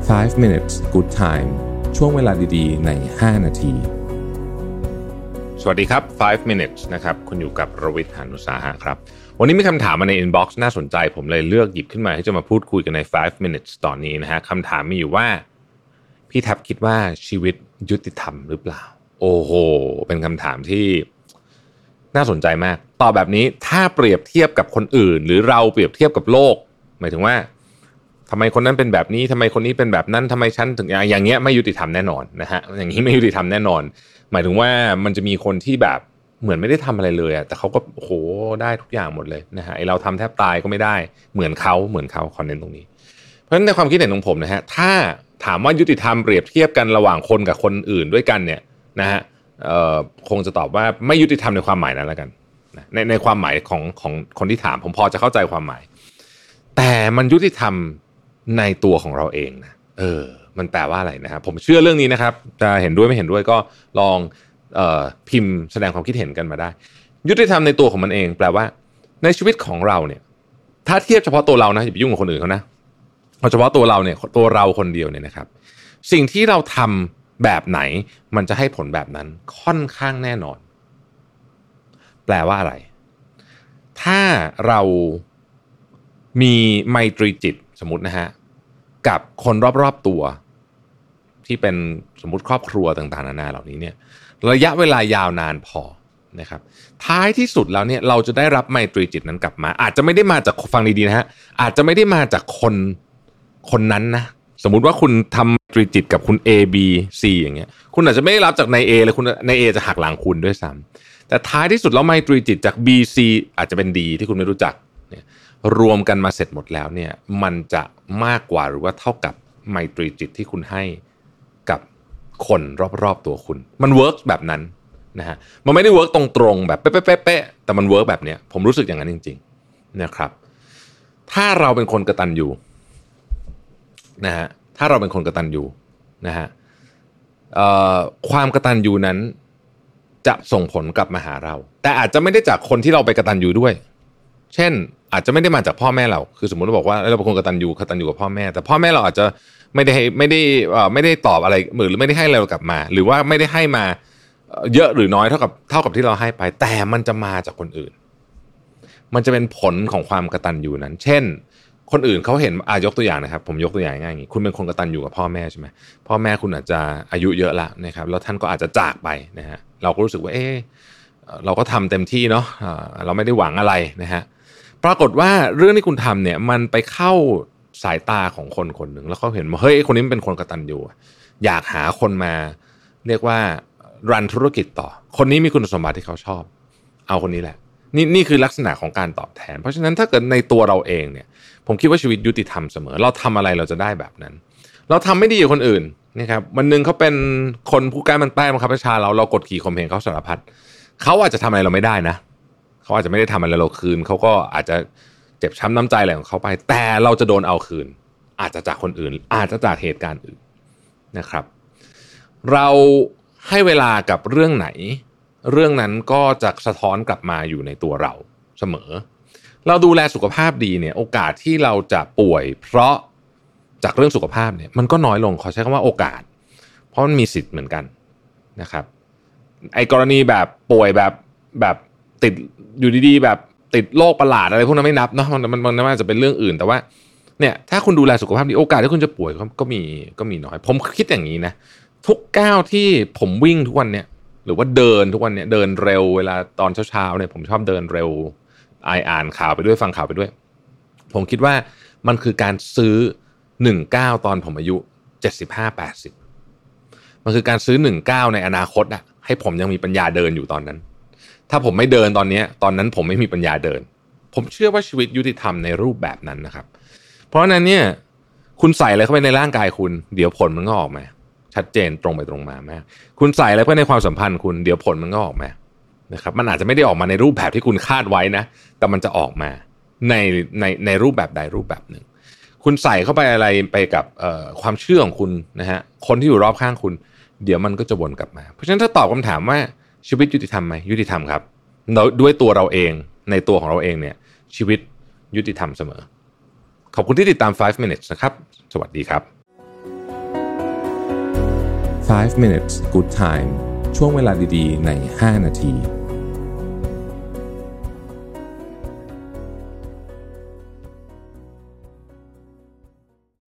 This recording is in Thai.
5 minutes good time ช่วงเวลาดีๆใน5นาทีสวัสดีครับ5 minutes นะครับคุณอยู่กับรวิทย์ หาญอุตสาหะครับวันนี้มีคำถามมาใน inbox น่าสนใจผมเลยเลือกหยิบขึ้นมาที่จะมาพูดคุยกันใน5 minutes ตอนนี้นะฮะคำถามมีอยู่ว่าพี่แท็บคิดว่าชีวิตยุติธรรมหรือเปล่าโอ้โหเป็นคำถามที่น่าสนใจมากตอบแบบนี้ถ้าเปรียบเทียบกับคนอื่นหรือเราเปรียบเทียบกับโลกหมายถึงว่าทำไมคนนั้นเป็นแบบนี้ทำไมคนนี้เป็นแบบนั้นทำไมฉันถึงอย่างเงี้ยไม่ยุติธรรมแน่นอนนะฮะอย่างนี้ไม่ยุติธรรมแน่นอนหมายถึงว่ามันจะมีคนที่แบบเหมือนไม่ได้ทำอะไรเลยอะแต่เขาก็โหได้ทุกอย่างหมดเลยนะฮะไอเราทำแทบตายก็ไม่ได้เหมือนเขาคอนเทนต์ตรงนี้เพราะฉะนั้นในความคิดเห็นของผมนะฮะถ้าถามว่ายุติธรรมเปรียบเทียบกันระหว่างคนกับคนอื่นด้วยกันเนี่ยนะฮะคงจะตอบว่าไม่ยุติธรรมในความหมายนั้นแล้วกันในความหมายของคนที่ถามผมพอจะเข้าใจความหมายแต่มันยุติธรรมในตัวของเราเองนะมันแปลว่าอะไรนะครับผมเชื่อเรื่องนี้นะครับจะเห็นด้วยไม่เห็นด้วยก็ลองพิมพ์แสดงความคิดเห็นกันมาได้ยุติธรรมในตัวของมันเองแปลว่าในชีวิตของเราเนี่ยถ้าเทียบเฉพาะตัวเรานะอย่าไปยุ่งกับคนอื่นเขานะเอาเฉพาะตัวเราเนี่ยตัวเราคนเดียวเนี่ยนะครับสิ่งที่เราทำแบบไหนมันจะให้ผลแบบนั้นค่อนข้างแน่นอนแปลว่าอะไรถ้าเรามีไมตรีจิตสมมุตินะฮะกับคนรอบๆตัวที่เป็นสมมุติครอบครัวต่างๆนานาเหล่านี้เนี่ยระยะเวลายาวนานพอนะครับท้ายที่สุดแล้วเนี่ยเราจะได้รับไมตรีจิตนั้นกลับมาอาจจะไม่ได้มาจากฟังดีๆนะฮะอาจจะไม่ได้มาจากคนนั้นนะสมมุติว่าคุณทำไมตรีจิตกับคุณ A B C อย่างเงี้ยคุณอาจจะไม่ได้รับจากนาย A เลยคุณนาย A จะหักหลังคุณด้วยซ้ำแต่ท้ายที่สุดแล้วไมตรีจิตจาก B C อาจจะเป็น D ที่คุณไม่รู้จักเนี่ยรวมกันมาเสร็จหมดแล้วเนี่ยมันจะมากกว่าหรือว่าเท่ากับไมตรีจิตที่คุณให้กับคนรอบๆตัวคุณมันเวิร์กแบบนั้นนะฮะมันไม่ได้เวิร์กตรงๆแบบเป๊ะๆแต่มันเวิร์กแบบเนี้ยผมรู้สึกอย่างนั้นจริงๆนะครับถ้าเราเป็นคนกตัญญูนะฮะถ้าเราเป็นคนกตัญญูนะฮะความกตัญญูนั้นจะส่งผลกลับมาหาเราแต่อาจจะไม่ได้จากคนที่เราไปกตัญญูด้วยเช่นอาจจะไม่ได้มาจากพ่อแม่เราคือสมมุติเราบอกว่าเราเป็นคนกตัญญูกับพ่อแม่แต่พ่อแม่เราอาจจะไม่ได้ตอบอะไรหรือไม่ได้ให้เรากลับมาหรือว่าไม่ได้ให้มาเยอะหรือน้อยเท่ากับที่เราให้ไปแต่มันจะมาจากคนอื่นมันจะเป็นผลของความกตัญญูนั้นเช่นคนอื่นเขาเห็นยกตัวอย่างนะครับผมยกตัวอย่างง่ายอย่างนี้คุณเป็นคนกตัญญูกับพ่อแม่ใช่ไหมพ่อแม่คุณอาจจะอายุเยอะละนะครับแล้วท่านก็อาจจะจากไปนะฮะเราก็รู้สึกว่าเราก็ทำเต็มที่เนาะเราไม่ได้หวังอะไรนะฮะปรากฏว่าเรื่องที่คุณทำเนี่ยมันไปเข้าสายตาของคนคนหนึ่งแล้วเขาเห็นว่าเฮ้ยคนนี้มันเป็นคนกตัญญูอยากหาคนมาเรียกว่ารันธุรกิจต่อคนนี้มีคุณสมบัติที่เขาชอบเอาคนนี้แหละนี่คือลักษณะของการตอบแทนเพราะฉะนั้นถ้าเกิดในตัวเราเองเนี่ยผมคิดว่าชีวิตยุติธรรมเสมอเราทำอะไรเราจะได้แบบนั้นเราทำไม่ดีกับคนอื่นนะครับวันนึงเขาเป็นคนผู้ใกล้มันใต้บังคับบัญชาเรากดขี่ข่มเหงเขาสารพัดเขาอาจจะทำอะไรเราไม่ได้นะเขาอาจจะไม่ได้ทำอะไรเราคืนเขาก็อาจจะเจ็บช้ำน้ำใจอะไรของเขาไปแต่เราจะโดนเอาคืนอาจจะจากคนอื่นอาจจะจากเหตุการณ์อื่นนะครับเราให้เวลากับเรื่องไหนเรื่องนั้นก็จะสะท้อนกลับมาอยู่ในตัวเราเสมอเราดูแลสุขภาพดีเนี่ยโอกาสที่เราจะป่วยเพราะจากเรื่องสุขภาพเนี่ยมันก็น้อยลงขอใช้คำว่าโอกาสเพราะมันมีสิทธิ์เหมือนกันนะครับไอ้กรณีแบบป่วยแบบติดอยู่ดีๆแบบติดโรคประหลาดอะไรพวกนั้นไม่นับเนาะมันน่าจะเป็นเรื่องอื่นแต่ว่าเนี่ยถ้าคุณดูแลสุขภาพดีโอกาสที่คุณจะป่วยก็มีน้อยผมคิดอย่างนี้นะทุกก้าวที่ผมวิ่งทุกวันเนี่ยหรือว่าเดินทุกวันเนี่ยเดินเร็วเวลาตอนเช้าเนี่ยผมชอบเดินเร็วอ่านข่าวไปด้วยฟังข่าวไปด้วยผมคิดว่ามันคือการซื้อ19ตอนผมอายุ75-80มันคือการซื้อ19ในอนาคตอ่ะให้ผมยังมีปัญญาเดินอยู่ตอนนั้นถ้าผมไม่เดินตอนนั้นผมไม่มีปัญญาเดินผมเชื่อว่าชีวิตยุติธรรมในรูปแบบนั้นนะครับเพราะฉะนั้นเนี่ยคุณใส่อะไรเข้าไปในร่างกายคุณเดี๋ยวผลมันก็ออกมาชัดเจนตรงไปตรงมามากคุณใส่อะไรเข้าไปในความสัมพันธ์คุณเดี๋ยวผลมันก็ออกมานะครับมันอาจจะไม่ได้ออกมาในรูปแบบที่คุณคาดไว้นะแต่มันจะออกมาในรูปแบบใดรูปแบบหนึ่งคุณใส่เข้าไปอะไรไปกับความเชื่อของคุณนะฮะคนที่อยู่รอบข้างคุณเดี๋ยวมันก็จะวนกลับมาเพราะฉะนั้นถ้าตอบคำถามว่าชีวิตยุติธรรมไหมยุติธรรมครับด้วยตัวเราเองในตัวของเราเองเนี่ยชีวิตยุติธรรมเสมอขอบคุณที่ติดตาม5 minutes นะครับสวัสดีครับ 5 minutes good time ช่วงเวลาดีๆใน5นาที